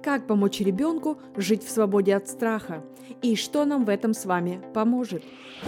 Как помочь ребенку жить в свободе от страха? И что нам в этом с вами поможет?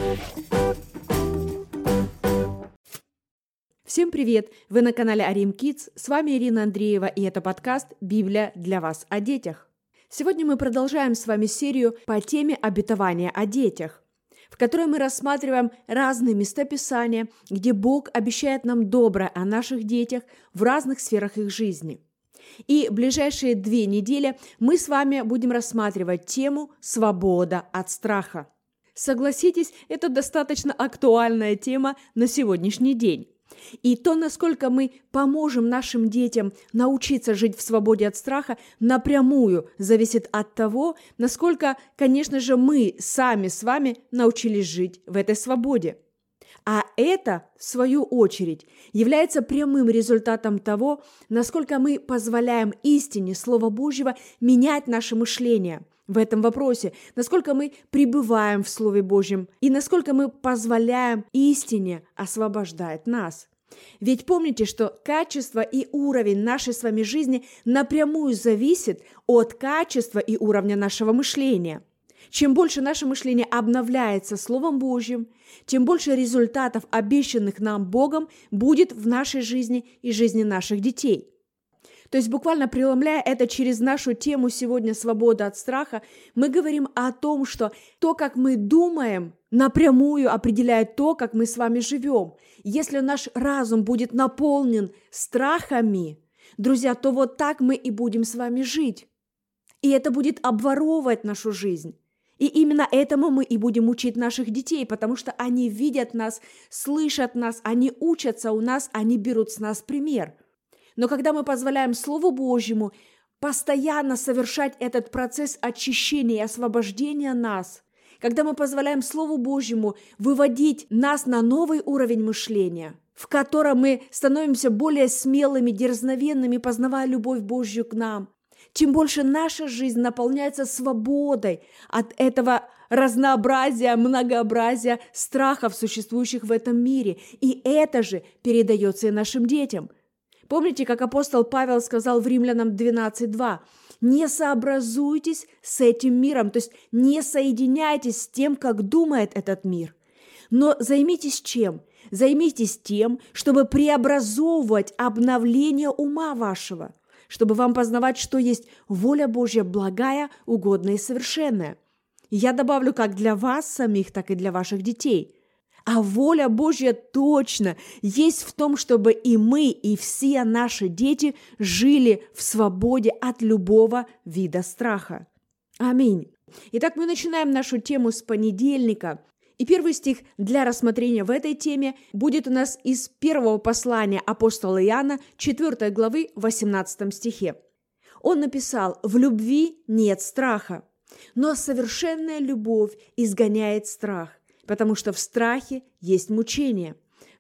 Всем привет! Вы на канале Арим Kids, с вами Ирина Андреева, и это подкаст «Библия для вас о детях». Сегодня мы продолжаем с вами серию по теме обетования о детях, в которой мы рассматриваем разные места Писания, где Бог обещает нам доброе о наших детях в разных сферах их жизни. И в ближайшие 2 недели мы с вами будем рассматривать тему «Свобода от страха». Согласитесь, это достаточно актуальная тема на сегодняшний день. И то, насколько мы поможем нашим детям научиться жить в свободе от страха, напрямую зависит от того, насколько, конечно же, мы сами с вами научились жить в этой свободе. А это, в свою очередь, является прямым результатом того, насколько мы позволяем истине Слова Божьего менять наше мышление в этом вопросе, насколько мы пребываем в Слове Божьем и насколько мы позволяем истине освобождать нас. Ведь помните, что качество и уровень нашей с вами жизни напрямую зависит от качества и уровня нашего мышления. Чем больше наше мышление обновляется Словом Божьим, тем больше результатов, обещанных нам Богом, будет в нашей жизни и жизни наших детей. То есть, буквально преломляя это через нашу тему сегодня «Свобода от страха», мы говорим о том, что то, как мы думаем, напрямую определяет то, как мы с вами живем. Если наш разум будет наполнен страхами, друзья, то вот так мы и будем с вами жить. И это будет обворовывать нашу жизнь. И именно этому мы и будем учить наших детей, потому что они видят нас, слышат нас, они учатся у нас, они берут с нас пример. Но когда мы позволяем Слову Божьему постоянно совершать этот процесс очищения и освобождения нас, когда мы позволяем Слову Божьему выводить нас на новый уровень мышления, в котором мы становимся более смелыми, дерзновенными, познавая любовь Божью к нам, тем больше наша жизнь наполняется свободой от этого разнообразия, многообразия страхов, существующих в этом мире. И это же передается и нашим детям. Помните, как апостол Павел сказал в Римлянам 12:2: «Не сообразуйтесь с этим миром», то есть не соединяйтесь с тем, как думает этот мир. Но займитесь чем? Займитесь тем, чтобы преобразовывать обновление ума вашего, чтобы вам познавать, что есть воля Божья благая, угодная и совершенная. Я добавлю как для вас самих, так и для ваших детей. А воля Божья точно есть в том, чтобы и мы, и все наши дети жили в свободе от любого вида страха. Аминь. Итак, мы начинаем нашу тему с понедельника. И первый стих для рассмотрения в этой теме будет у нас из первого послания апостола Иоанна, 4 главы, 18 стихе. Он написал: «В любви нет страха, но совершенная любовь изгоняет страх, потому что в страхе есть мучение.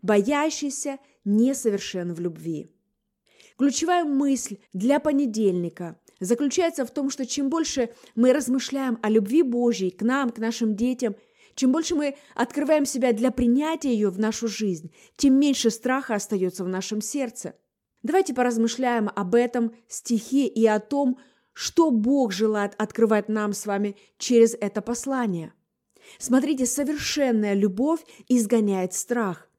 Боящийся несовершен в любви». Ключевая мысль для понедельника заключается в том, что чем больше мы размышляем о любви Божьей к нам, к нашим детям, чем больше мы открываем себя для принятия ее в нашу жизнь, тем меньше страха остается в нашем сердце. Давайте поразмышляем об этом стихе и о том, что Бог желает открывать нам с вами через это послание. Смотрите, совершенная любовь изгоняет страх.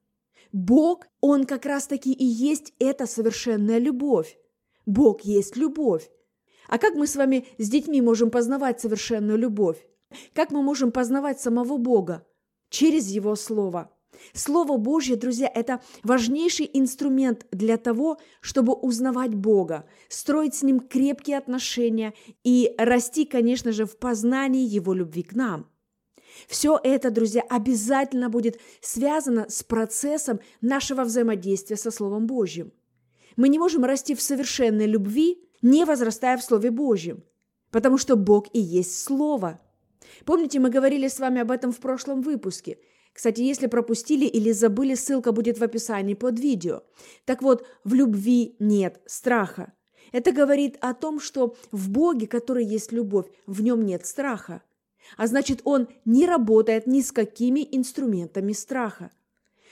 Бог, Он как раз-таки и есть эта совершенная любовь. Бог есть любовь. А как мы с вами с детьми можем познавать совершенную любовь? Как мы можем познавать самого Бога? Через Его Слово. Слово Божье, друзья, это важнейший инструмент для того, чтобы узнавать Бога, строить с Ним крепкие отношения и расти, конечно же, в познании Его любви к нам. Все это, друзья, обязательно будет связано с процессом нашего взаимодействия со Словом Божьим. Мы не можем расти в совершенной любви, не возрастая в Слове Божьем, потому что Бог и есть Слово. Помните, мы говорили с вами об этом в прошлом выпуске. Кстати, если пропустили или забыли, ссылка будет в описании под видео. Так вот, в любви нет страха. Это говорит о том, что в Боге, который есть любовь, в нем нет страха. А значит, Он не работает ни с какими инструментами страха.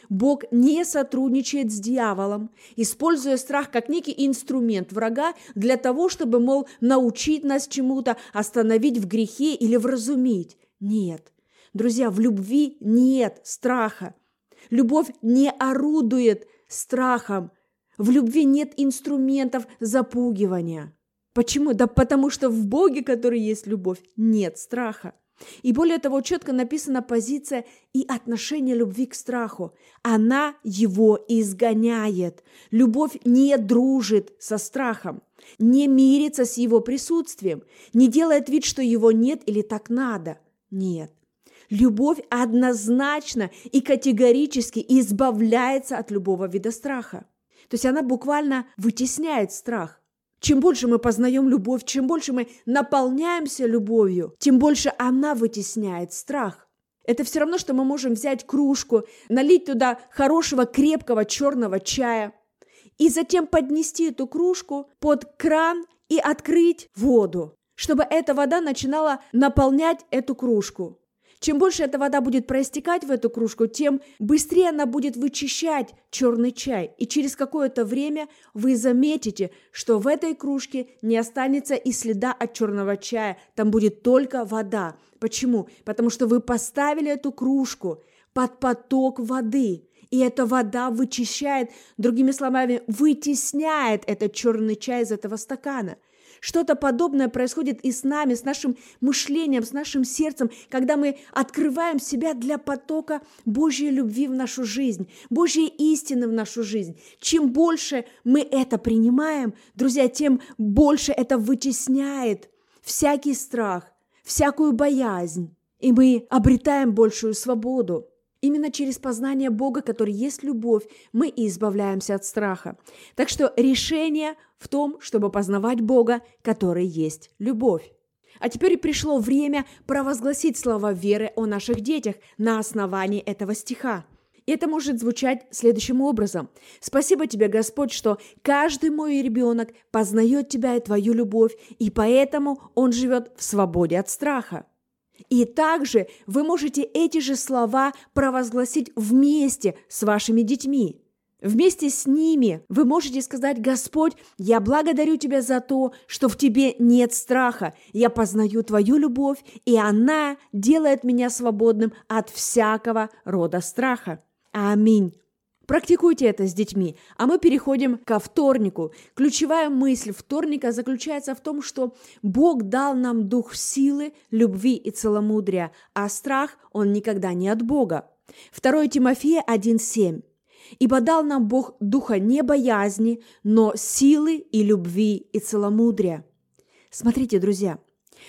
Бог не сотрудничает с дьяволом, используя страх как некий инструмент врага для того, чтобы, мол, научить нас чему-то, остановить в грехе или вразумить. Нет. Друзья, в любви нет страха. Любовь не орудует страхом. В любви нет инструментов запугивания. Почему? Да потому что в Боге, который есть любовь, нет страха. И более того, четко написана позиция и отношение любви к страху. Она его изгоняет. Любовь не дружит со страхом, не мирится с его присутствием, не делает вид, что его нет или так надо. Нет. Любовь однозначно и категорически избавляется от любого вида страха. То есть она буквально вытесняет страх. Чем больше мы познаем любовь, чем больше мы наполняемся любовью, тем больше она вытесняет страх. Это все равно, что мы можем взять кружку, налить туда хорошего крепкого черного чая и затем поднести эту кружку под кран и открыть воду, чтобы эта вода начинала наполнять эту кружку. Чем больше эта вода будет проистекать в эту кружку, тем быстрее она будет вычищать черный чай. И через какое-то время вы заметите, что в этой кружке не останется и следа от черного чая. Там будет только вода. Почему? Потому что вы поставили эту кружку под поток воды. И эта вода вычищает, другими словами, вытесняет этот черный чай из этого стакана. Что-то подобное происходит и с нами, с нашим мышлением, с нашим сердцем, когда мы открываем себя для потока Божьей любви в нашу жизнь, Божьей истины в нашу жизнь. Чем больше мы это принимаем, друзья, тем больше это вытесняет всякий страх, всякую боязнь, и мы обретаем большую свободу. Именно через познание Бога, который есть любовь, мы и избавляемся от страха. Так что решение в том, чтобы познавать Бога, который есть любовь. А теперь пришло время провозгласить слова веры о наших детях на основании этого стиха. И это может звучать следующим образом. Спасибо тебе, Господь, что каждый мой ребенок познает тебя и твою любовь, и поэтому он живет в свободе от страха. И также вы можете эти же слова провозгласить вместе с вашими детьми. Вместе с ними вы можете сказать: «Господь, я благодарю Тебя за то, что в Тебе нет страха. Я познаю Твою любовь, и она делает меня свободным от всякого рода страха». Аминь. Практикуйте это с детьми, а мы переходим ко вторнику. Ключевая мысль вторника заключается в том, что Бог дал нам дух силы, любви и целомудрия, а страх, он никогда не от Бога. 2 Тимофея 1:7. «Ибо дал нам Бог духа не боязни, но силы и любви и целомудрия». Смотрите, друзья,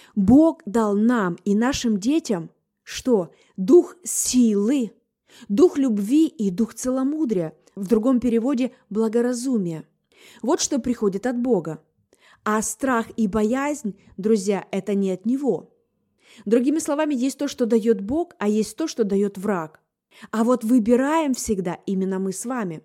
Бог дал нам и нашим детям что? Дух силы, дух любви и дух целомудрия, в другом переводе благоразумия. Вот что приходит от Бога. А страх и боязнь, друзья, это не от Него. Другими словами, есть то, что дает Бог, а есть то, что дает враг. А вот выбираем всегда именно мы с вами.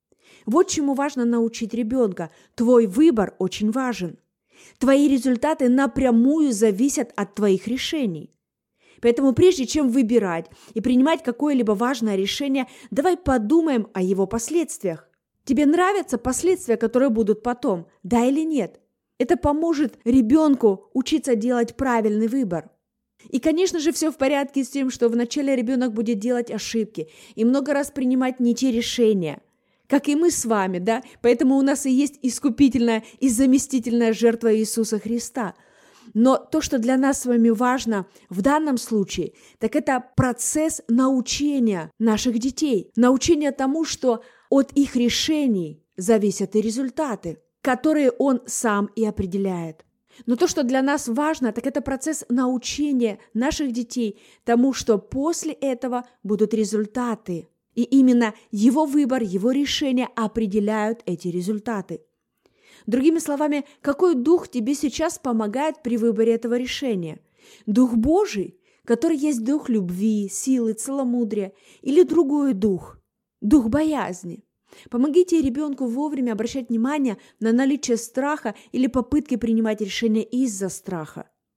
Вот чему важно научить ребенка. Твой выбор очень важен. Твои результаты напрямую зависят от твоих решений. Поэтому прежде чем выбирать и принимать какое-либо важное решение, давай подумаем о его последствиях. Тебе нравятся последствия, которые будут потом, да или нет? Это поможет ребенку учиться делать правильный выбор. И, конечно же, все в порядке с тем, что вначале ребенок будет делать ошибки и много раз принимать не те решения, как и мы с вами, да? Поэтому у нас и есть искупительная и заместительная жертва Иисуса Христа. Но то, что для нас с вами важно в данном случае, так это процесс научения наших детей, научения тому, что от их решений зависят и результаты, которые Он сам и определяет. Но то, что для нас важно, так это процесс научения наших детей тому, что после этого будут результаты. И именно его выбор, его решения определяют эти результаты. Другими словами, какой дух тебе сейчас помогает при выборе этого решения? Дух Божий, который есть дух любви, силы, целомудрия, или другой дух, дух боязни? Помогите ребенку вовремя обращать внимание на наличие страха или попытки принимать решения из-за страха.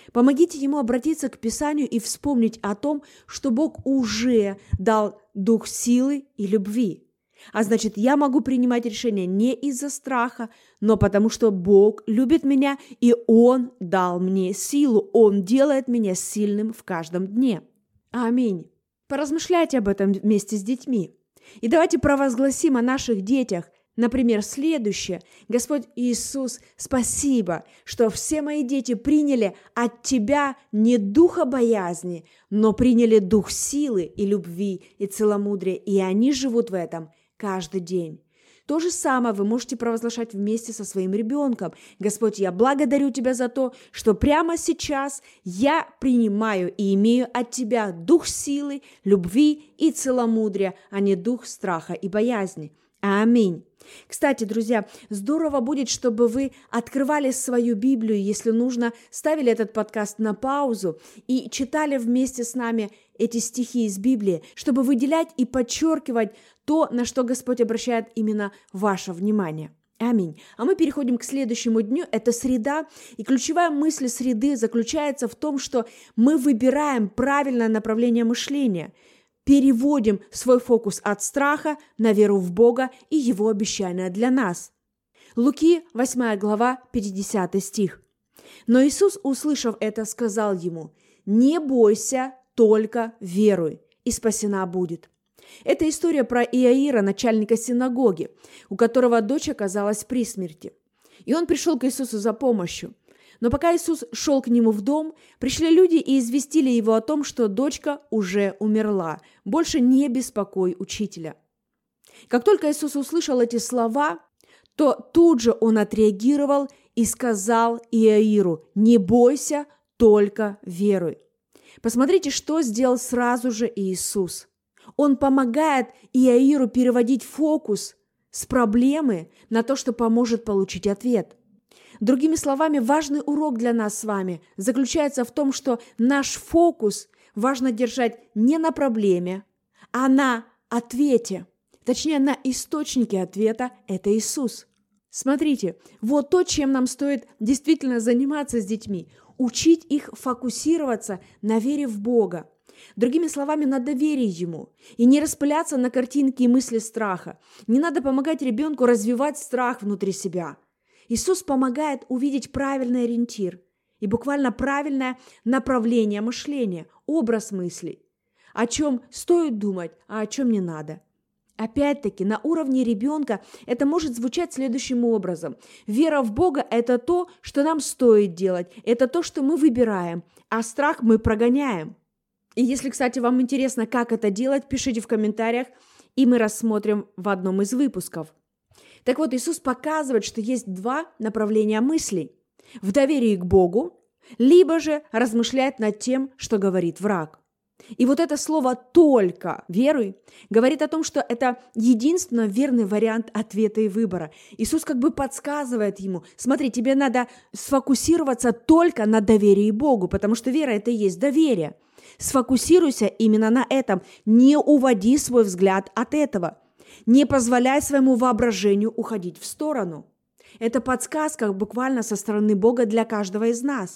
Помогите ему обратиться к Писанию и вспомнить о том, что Бог уже дал дух силы и любви. А значит, я могу принимать решения не из-за страха, но потому что Бог любит меня, и Он дал мне силу. Он делает меня сильным в каждом дне. Аминь. Поразмышляйте об этом вместе с детьми. И давайте провозгласим о наших детях. Например, следующее. Господь Иисус, спасибо, что все мои дети приняли от Тебя не духа боязни, но приняли дух силы и любви и целомудрия, и они живут в этом каждый день. То же самое вы можете провозглашать вместе со своим ребенком. Господь, я благодарю Тебя за то, что прямо сейчас я принимаю и имею от Тебя дух силы, любви и целомудрия, а не дух страха и боязни. Аминь. Кстати, друзья, здорово будет, чтобы вы открывали свою Библию, если нужно, ставили этот подкаст на паузу и читали вместе с нами эти стихи из Библии, чтобы выделять и подчеркивать то, на что Господь обращает именно ваше внимание. Аминь. А мы переходим к следующему дню. Это среда, и ключевая мысль среды заключается в том, что мы выбираем правильное направление мышления, переводим свой фокус от страха на веру в Бога и Его обещания для нас. Луки, 8 глава, 50 стих. Но Иисус, услышав это, сказал ему: «Не бойся, только веруй, и спасена будет». Это история про Иаира, начальника синагоги, у которого дочь оказалась при смерти. И он пришел к Иисусу за помощью. Но пока Иисус шел к нему в дом, пришли люди и известили его о том, что дочка уже умерла. Больше не беспокой учителя. Как только Иисус услышал эти слова, то тут же он отреагировал и сказал Иаиру: «Не бойся, только веруй». Посмотрите, что сделал сразу же Иисус. Он помогает Иаиру переводить фокус с проблемы на то, что поможет получить ответ. Другими словами, важный урок для нас с вами заключается в том, что наш фокус важно держать не на проблеме, а на ответе. Точнее, на источнике ответа – это Иисус. Смотрите, вот то, чем нам стоит действительно заниматься с детьми – учить их фокусироваться на вере в Бога. Другими словами, на доверие Ему. И не распыляться на картинки и мысли страха. Не надо помогать ребенку развивать страх внутри себя. Иисус помогает увидеть правильный ориентир и буквально правильное направление мышления, образ мыслей. О чем стоит думать, а о чем не надо. Опять-таки, на уровне ребенка это может звучать следующим образом. Вера в Бога – это то, что нам стоит делать, это то, что мы выбираем, а страх мы прогоняем. И если, кстати, вам интересно, как это делать, пишите в комментариях, и мы рассмотрим в одном из выпусков. Так вот, Иисус показывает, что есть два направления мыслей. В доверии к Богу, либо же размышлять над тем, что говорит враг. И вот это слово «только веруй» говорит о том, что это единственно верный вариант ответа и выбора. Иисус как бы подсказывает ему: смотри, тебе надо сфокусироваться только на доверии Богу, потому что вера – это и есть доверие. Сфокусируйся именно на этом, не уводи свой взгляд от этого. Не позволяй своему воображению уходить в сторону. Это подсказка буквально со стороны Бога для каждого из нас.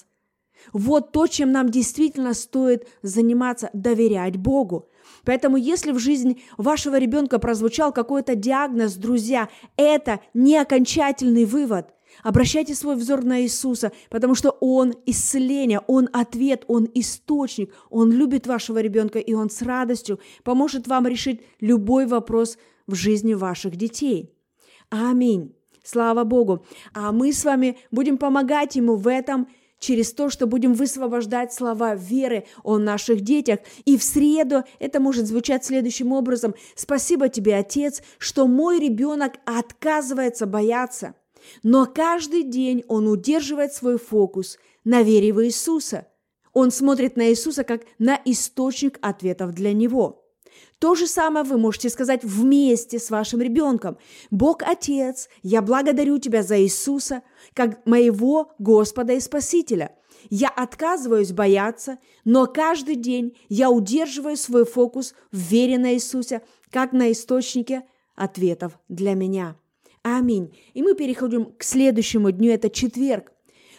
Вот то, чем нам действительно стоит заниматься, доверять Богу. Поэтому, если в жизни вашего ребенка прозвучал какой-то диагноз, друзья, это не окончательный вывод. Обращайте свой взор на Иисуса, потому что Он исцеление, Он ответ, Он источник, Он любит вашего ребенка, и Он с радостью поможет вам решить любой вопрос в жизни ваших детей. Аминь. Слава Богу. А мы с вами будем помогать Ему в этом через то, что будем высвобождать слова веры о наших детях. И в среду это может звучать следующим образом: «Спасибо тебе, Отец, что мой ребенок отказывается бояться, но каждый день он удерживает свой фокус на вере в Иисуса. Он смотрит на Иисуса как на источник ответов для него». То же самое вы можете сказать вместе с вашим ребенком. «Бог Отец, я благодарю Тебя за Иисуса, как моего Господа и Спасителя. Я отказываюсь бояться, но каждый день я удерживаю свой фокус в вере на Иисуса, как на источнике ответов для меня». Аминь. И мы переходим к следующему дню, это четверг.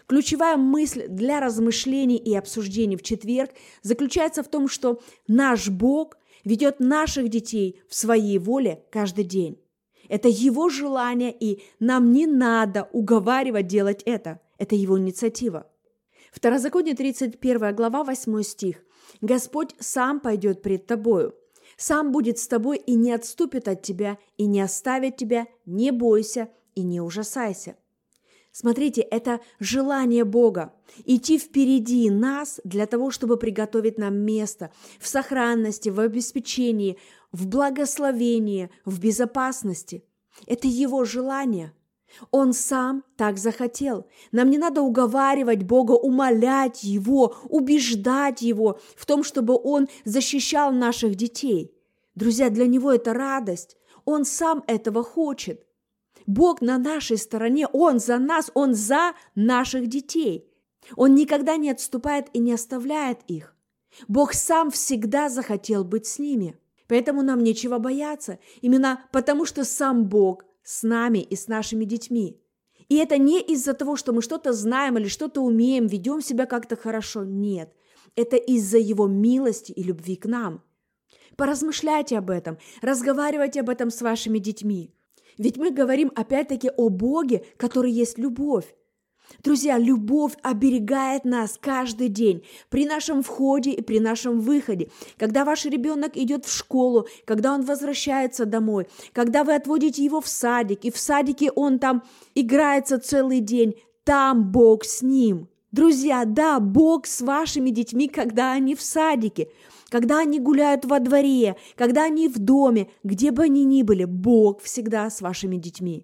Ключевая мысль для размышлений и обсуждений в четверг заключается в том, что наш Бог ведет наших детей в своей воле каждый день. Это Его желание, и нам не надо уговаривать делать это. Это Его инициатива. Второзаконие 31 глава, 8 стих. «Господь сам пойдет пред тобою, сам будет с тобой и не отступит от тебя, и не оставит тебя, не бойся и не ужасайся». Смотрите, это желание Бога – идти впереди нас для того, чтобы приготовить нам место в сохранности, в обеспечении, в благословении, в безопасности. Это Его желание. Он сам так захотел. Нам не надо уговаривать Бога, умолять Его, убеждать Его в том, чтобы Он защищал наших детей. Друзья, для Него это радость. Он сам этого хочет. Бог на нашей стороне, Он за нас, Он за наших детей. Он никогда не отступает и не оставляет их. Бог сам всегда захотел быть с ними. Поэтому нам нечего бояться, именно потому что сам Бог с нами и с нашими детьми. И это не из-за того, что мы что-то знаем или что-то умеем, ведем себя как-то хорошо. Нет, это из-за Его милости и любви к нам. Поразмышляйте об этом, разговаривайте об этом с вашими детьми. Ведь мы говорим опять-таки о Боге, который есть любовь. Друзья, любовь оберегает нас каждый день при нашем входе и при нашем выходе. Когда ваш ребенок идет в школу, когда он возвращается домой, когда вы отводите его в садик, и в садике он там играется целый день, там Бог с ним. Друзья, да, Бог с вашими детьми, когда они в садике, когда они гуляют во дворе, когда они в доме, где бы они ни были, Бог всегда с вашими детьми.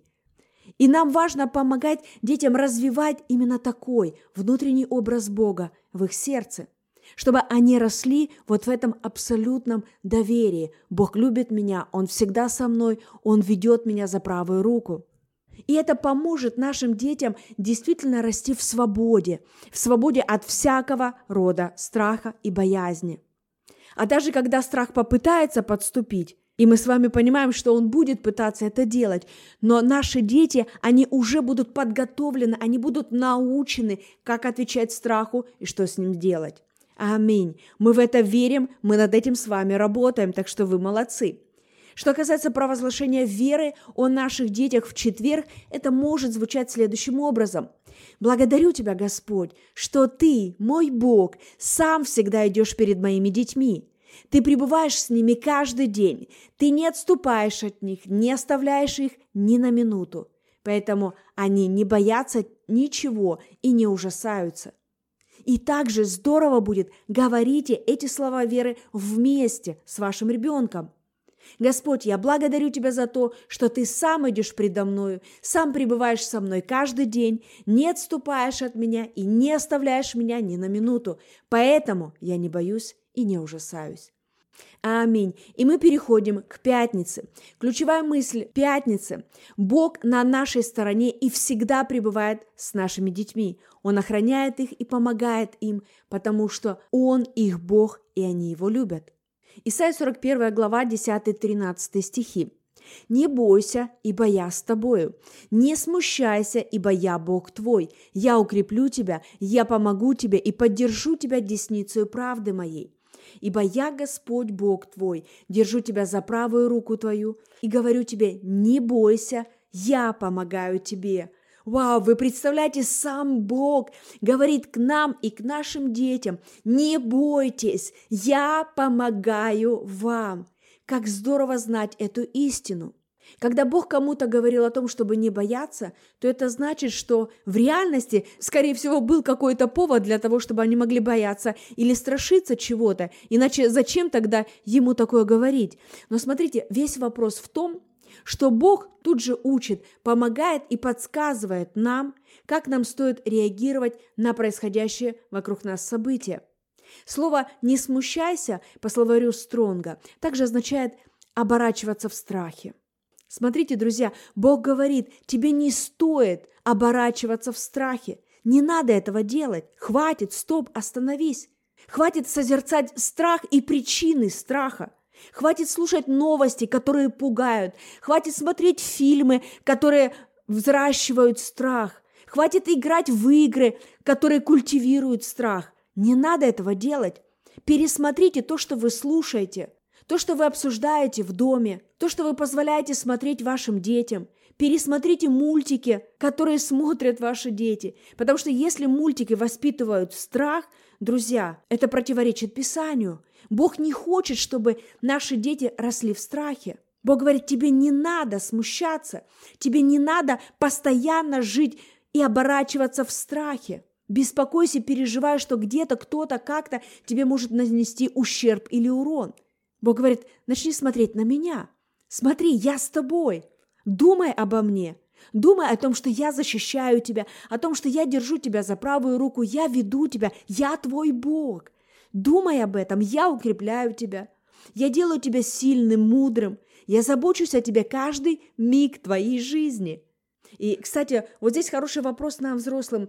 И нам важно помогать детям развивать именно такой внутренний образ Бога в их сердце, чтобы они росли вот в этом абсолютном доверии. Бог любит меня, Он всегда со мной, Он ведет меня за правую руку. И это поможет нашим детям действительно расти в свободе от всякого рода страха и боязни. А даже когда страх попытается подступить, и мы с вами понимаем, что он будет пытаться это делать, но наши дети, они уже будут подготовлены, они будут научены, как отвечать страху и что с ним делать. Аминь. Мы в это верим, мы над этим с вами работаем, так что вы молодцы. Что касается провозглашения веры о наших детях в четверг, это может звучать следующим образом. «Благодарю Тебя, Господь, что Ты, мой Бог, сам всегда идешь перед моими детьми. Ты пребываешь с ними каждый день. Ты не отступаешь от них, не оставляешь их ни на минуту. Поэтому они не боятся ничего и не ужасаются». И также здорово будет, говорите эти слова веры вместе с вашим ребенком. Господь, я благодарю Тебя за то, что Ты сам идешь предо мною, сам пребываешь со мной каждый день, не отступаешь от меня и не оставляешь меня ни на минуту. Поэтому я не боюсь и не ужасаюсь. Аминь. И мы переходим к пятнице. Ключевая мысль пятницы. Бог на нашей стороне и всегда пребывает с нашими детьми. Он охраняет их и помогает им, потому что Он их Бог, и они Его любят. Исайя 41 глава, 10-13 стихи. «Не бойся, ибо я с тобою. Не смущайся, ибо я Бог твой. Я укреплю тебя, я помогу тебе и поддержу тебя десницею правды моей. Ибо я Господь Бог твой, держу тебя за правую руку твою и говорю тебе, не бойся, я помогаю тебе». Вау, вы представляете, сам Бог говорит к нам и к нашим детям: не бойтесь, я помогаю вам. Как здорово знать эту истину. Когда Бог кому-то говорил о том, чтобы не бояться, то это значит, что в реальности, скорее всего, был какой-то повод для того, чтобы они могли бояться или страшиться чего-то. Иначе зачем тогда ему такое говорить? Но смотрите, весь вопрос в том, что Бог тут же учит, помогает и подсказывает нам, как нам стоит реагировать на происходящее вокруг нас события. Слово «не смущайся» по словарю Стронга также означает «оборачиваться в страхе». Смотрите, друзья, Бог говорит, тебе не стоит оборачиваться в страхе. Не надо этого делать. Хватит, стоп, остановись. Хватит созерцать страх и причины страха. Хватит слушать новости, которые пугают. Хватит смотреть фильмы, которые взращивают страх. Хватит играть в игры, которые культивируют страх. Не надо этого делать. Пересмотрите то, что вы слушаете, то, что вы обсуждаете в доме, то, что вы позволяете смотреть вашим детям. Пересмотрите мультики, которые смотрят ваши дети. Потому что если мультики воспитывают страх, друзья, это противоречит Писанию. Бог не хочет, чтобы наши дети росли в страхе. Бог говорит, тебе не надо смущаться, тебе не надо постоянно жить и оборачиваться в страхе. Беспокойся, переживай, что где-то кто-то как-то тебе может нанести ущерб или урон. Бог говорит, начни смотреть на меня. Смотри, я с тобой. Думай обо мне. Думай о том, что я защищаю тебя, о том, что я держу тебя за правую руку, я веду тебя, я твой Бог. Думай об этом, я укрепляю тебя. Я делаю тебя сильным, мудрым. Я забочусь о тебе каждый миг твоей жизни. И, кстати, вот здесь хороший вопрос нам, взрослым.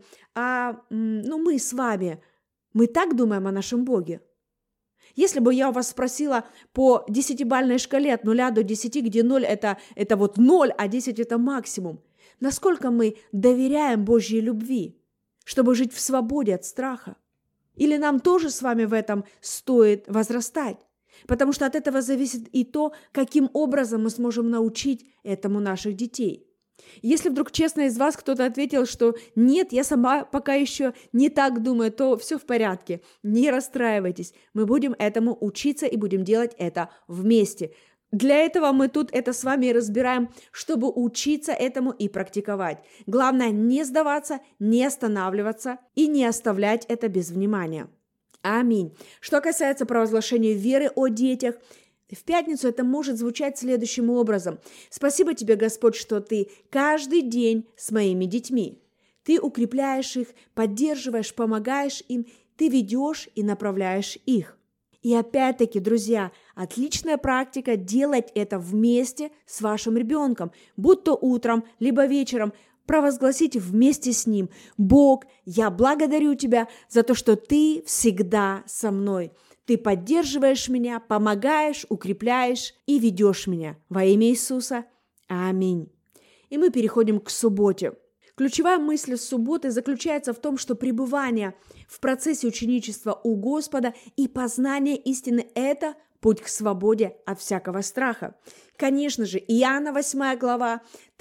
Мы с вами, мы так думаем о нашем Боге? Если бы я у вас спросила по 10-бальной шкале от 0 до 10, где 0 это вот 0, а 10 это максимум, насколько мы доверяем Божьей любви, чтобы жить в свободе от страха? Или нам тоже с вами в этом стоит возрастать? Потому что от этого зависит и то, каким образом мы сможем научить этому наших детей. Если вдруг честно из вас кто-то ответил, что нет, я сама пока еще не так думаю, то все в порядке, не расстраивайтесь. Мы будем этому учиться и будем делать это вместе. Для этого мы тут это с вами разбираем, чтобы учиться этому и практиковать. Главное не сдаваться, не останавливаться и не оставлять это без внимания. Аминь. Что касается провозглашения веры о детях, в пятницу это может звучать следующим образом. Спасибо тебе, Господь, что ты каждый день с моими детьми. Ты укрепляешь их, поддерживаешь, помогаешь им, ты ведешь и направляешь их. И опять-таки, друзья, отличная практика делать это вместе с вашим ребенком, будь то утром, либо вечером. Провозгласите вместе с ним: «Бог, я благодарю тебя за то, что ты всегда со мной. Ты поддерживаешь меня, помогаешь, укрепляешь и ведешь меня. Во имя Иисуса. Аминь». И мы переходим к субботе. Ключевая мысль субботы заключается в том, что пребывание в процессе ученичества у Господа и познание истины – это путь к свободе от всякого страха. Конечно же, Иоанна 8 глава,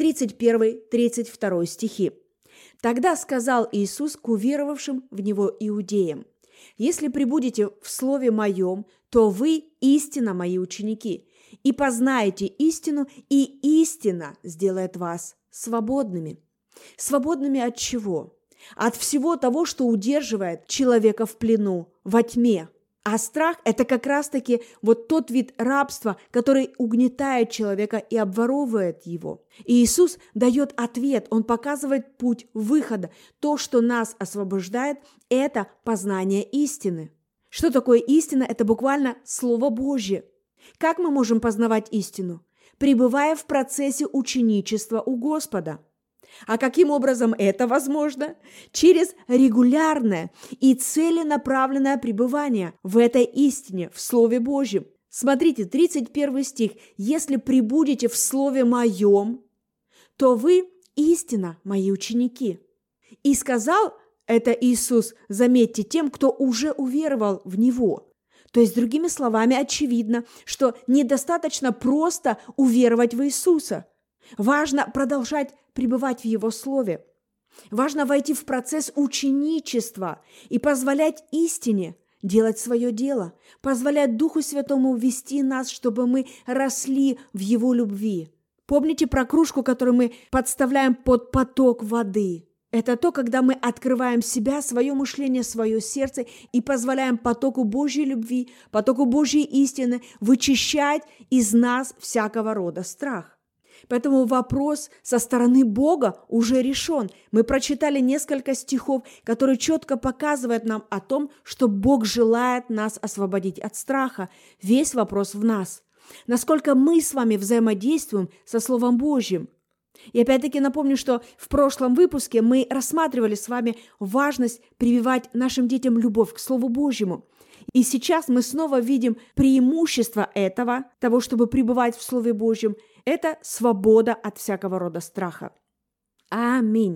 31-32 стихи. «Тогда сказал Иисус к уверовавшим в Него иудеям: если пребудете в Слове Моем, то вы истинно Мои ученики, и познаете истину, и истина сделает вас свободными». Свободными от чего? От всего того, что удерживает человека в плену, во тьме. А страх – это как раз-таки вот тот вид рабства, который угнетает человека и обворовывает его. И Иисус дает ответ, Он показывает путь выхода. То, что нас освобождает – это познание истины. Что такое истина? Это буквально Слово Божье. Как мы можем познавать истину? Пребывая в процессе ученичества у Господа. А каким образом это возможно? Через регулярное и целенаправленное пребывание в этой истине, в Слове Божьем. Смотрите, 31 стих. «Если пребудете в Слове Моем, то вы истинно Мои ученики». И сказал это Иисус, заметьте, тем, кто уже уверовал в Него. То есть, другими словами, очевидно, что недостаточно просто уверовать в Иисуса. Важно продолжать пребывать в Его Слове. Важно войти в процесс ученичества и позволять истине делать свое дело, позволять Духу Святому вести нас, чтобы мы росли в Его любви. Помните про кружку, которую мы подставляем под поток воды? Это то, когда мы открываем себя, свое мышление, свое сердце и позволяем потоку Божьей любви, потоку Божьей истины вычищать из нас всякого рода страх. Поэтому вопрос со стороны Бога уже решен. Мы прочитали несколько стихов, которые четко показывают нам о том, что Бог желает нас освободить от страха. Весь вопрос в нас. Насколько мы с вами взаимодействуем со Словом Божьим. И опять-таки напомню, что в прошлом выпуске мы рассматривали с вами важность прививать нашим детям любовь к Слову Божьему. И сейчас мы снова видим преимущество этого, того, чтобы пребывать в Слове Божьем, это свобода от всякого рода страха. Аминь.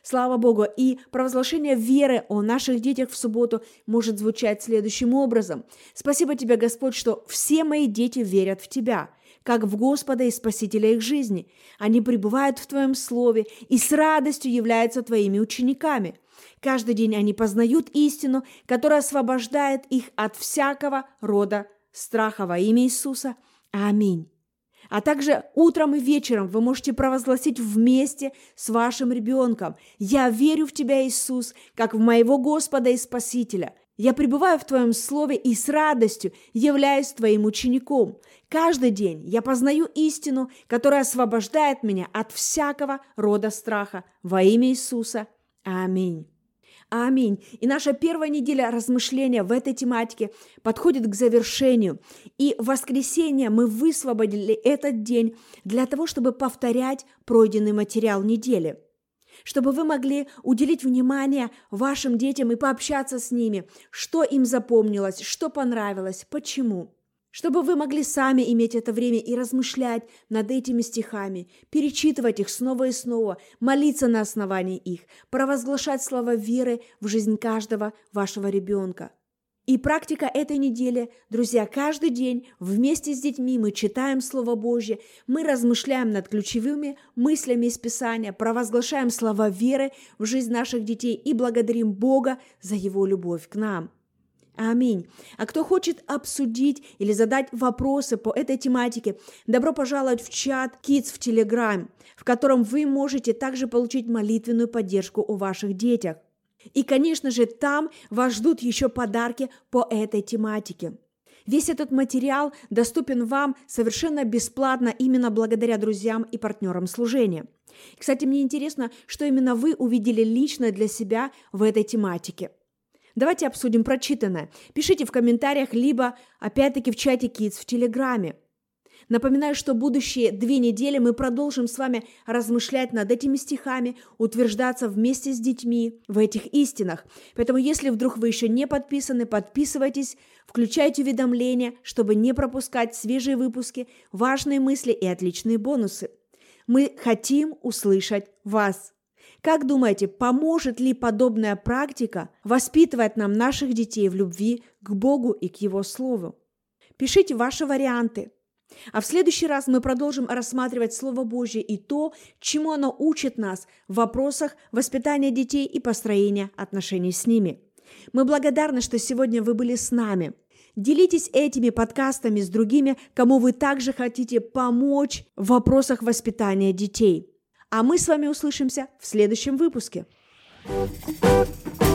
Слава Богу! И провозглашение веры о наших детях в субботу может звучать следующим образом. Спасибо Тебе, Господь, что все мои дети верят в Тебя, как в Господа и Спасителя их жизни. Они пребывают в Твоем Слове и с радостью являются Твоими учениками. Каждый день они познают истину, которая освобождает их от всякого рода страха во имя Иисуса. Аминь. А также утром и вечером вы можете провозгласить вместе с вашим ребенком: «Я верю в Тебя, Иисус, как в моего Господа и Спасителя. Я пребываю в Твоем Слове и с радостью являюсь Твоим учеником. Каждый день я познаю истину, которая освобождает меня от всякого рода страха во имя Иисуса. Аминь». Аминь. И наша первая неделя размышления в этой тематике подходит к завершению. И в воскресенье мы высвободили этот день для того, чтобы повторять пройденный материал недели. Чтобы вы могли уделить внимание вашим детям и пообщаться с ними, что им запомнилось, что понравилось, почему. Чтобы вы могли сами иметь это время и размышлять над этими стихами, перечитывать их снова и снова, молиться на основании их, провозглашать слова веры в жизнь каждого вашего ребенка. И практика этой недели, друзья, каждый день вместе с детьми мы читаем Слово Божье, мы размышляем над ключевыми мыслями из Писания, провозглашаем слова веры в жизнь наших детей и благодарим Бога за Его любовь к нам. Аминь. А кто хочет обсудить или задать вопросы по этой тематике, добро пожаловать в чат Kids в Telegram, в котором вы можете также получить молитвенную поддержку о ваших детях. И, конечно же, там вас ждут еще подарки по этой тематике. Весь этот материал доступен вам совершенно бесплатно именно благодаря друзьям и партнерам служения. Кстати, мне интересно, что именно вы увидели лично для себя в этой тематике. Давайте обсудим прочитанное. Пишите в комментариях, либо, опять-таки, в чате Kids в Телеграме. Напоминаю, что будущие 2 недели мы продолжим с вами размышлять над этими стихами, утверждаться вместе с детьми в этих истинах. Поэтому, если вдруг вы еще не подписаны, подписывайтесь, включайте уведомления, чтобы не пропускать свежие выпуски, важные мысли и отличные бонусы. Мы хотим услышать вас. Как думаете, поможет ли подобная практика воспитывать нам наших детей в любви к Богу и к Его Слову? Пишите ваши варианты. А в следующий раз мы продолжим рассматривать Слово Божье и то, чему оно учит нас в вопросах воспитания детей и построения отношений с ними. Мы благодарны, что сегодня вы были с нами. Делитесь этими подкастами с другими, кому вы также хотите помочь в вопросах воспитания детей. А мы с вами услышимся в следующем выпуске.